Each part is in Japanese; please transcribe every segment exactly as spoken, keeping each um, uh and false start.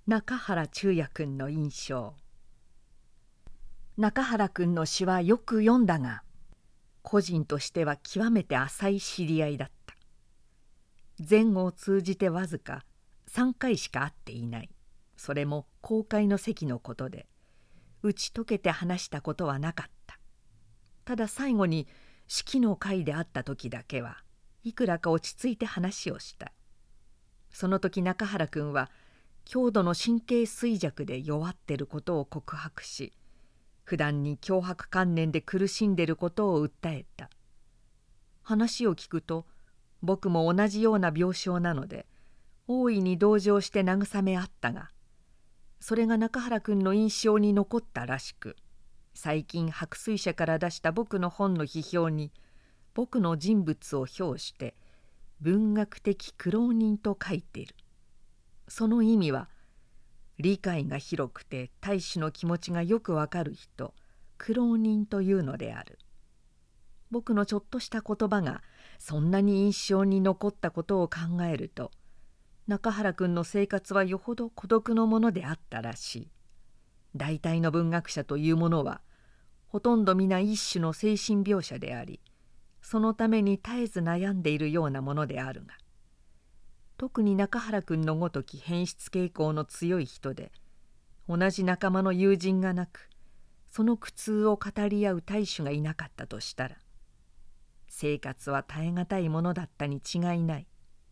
中原中也君の印象。中原君の詩はよく読んだが、個人としては極めて浅い知り合いだった。前後を通じてわずかさんかいしか会っていない。それも公開の席のことで、打ち解けて話したことはなかった。ただ最後に式の会で会った時だけはいくらか落ち着いて話をした。その時中原君は強度の神経衰弱で弱ってることを告白し、普段に強迫観念で苦しんでることを訴えた。話を聞くと僕も同じような病床なので大いに同情して慰め合ったが、それが中原君の印象に残ったらしく、最近白水社から出した僕の本の批評に僕の人物を評して文学的苦労人と書いている。その意味は、理解が広くて大使の気持ちがよくわかる人、苦労人というのである。僕のちょっとした言葉がそんなに印象に残ったことを考えると、中原君の生活はよほど孤独のものであったらしい。大体の文学者というものはほとんど皆一種の精神病者であり、そのために絶えず悩んでいるようなものであるが、特に中原君のごとき変質傾向の強い人で、同じ仲間の友人がなく、その苦痛を語り合う大衆がいなかったとしたら、生活は耐え難いものだったに違いない。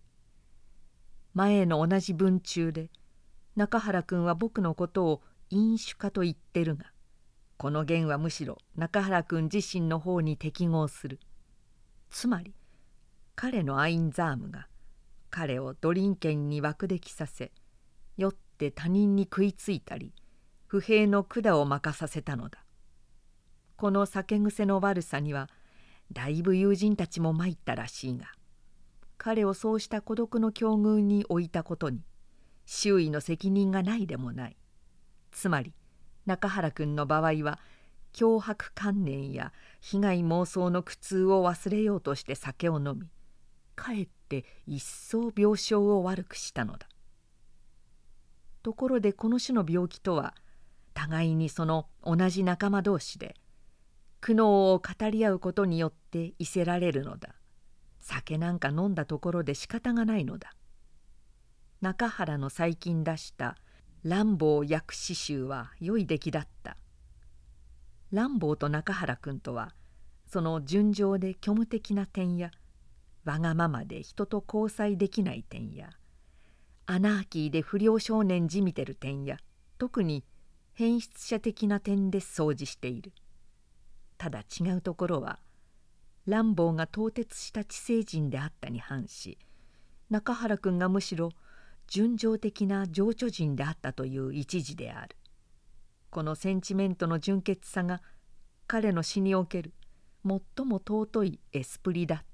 前の同じ文中で中原君は僕のことを飲酒家と言ってるが、この言はむしろ中原君自身の方に適合する。つまり彼のアインザームが彼をドリンケンに枠できさせ、酔って他人に食いついたり不平の管を任させたのだ。この酒癖の悪さにはだいぶ友人たちも参ったらしいが、彼をそうした孤独の境遇に置いたことに周囲の責任がないでもない。つまり中原君の場合は強迫観念や被害妄想の苦痛を忘れようとして酒を飲み、かえって一層病床を悪くしたのだ。ところでこの種の病気とは互いにその同じ仲間同士で苦悩を語り合うことによって医せられるのだ。酒なんか飲んだところで仕方がないのだ。中原の最近出した蘭坊訳詩集は良い出来だった。蘭坊と中原君とはその純情で虚無的な点や、わがままで人と交際できない点や、アナーキーで不良少年じみてる点や、特に変質者的な点で相似している。ただ違うところは、蘭坊が凍結した知性人であったに反し、中原君がむしろ純情的な情緒人であったという一時である。このセンチメントの純潔さが彼の詩における最も尊いエスプリだった。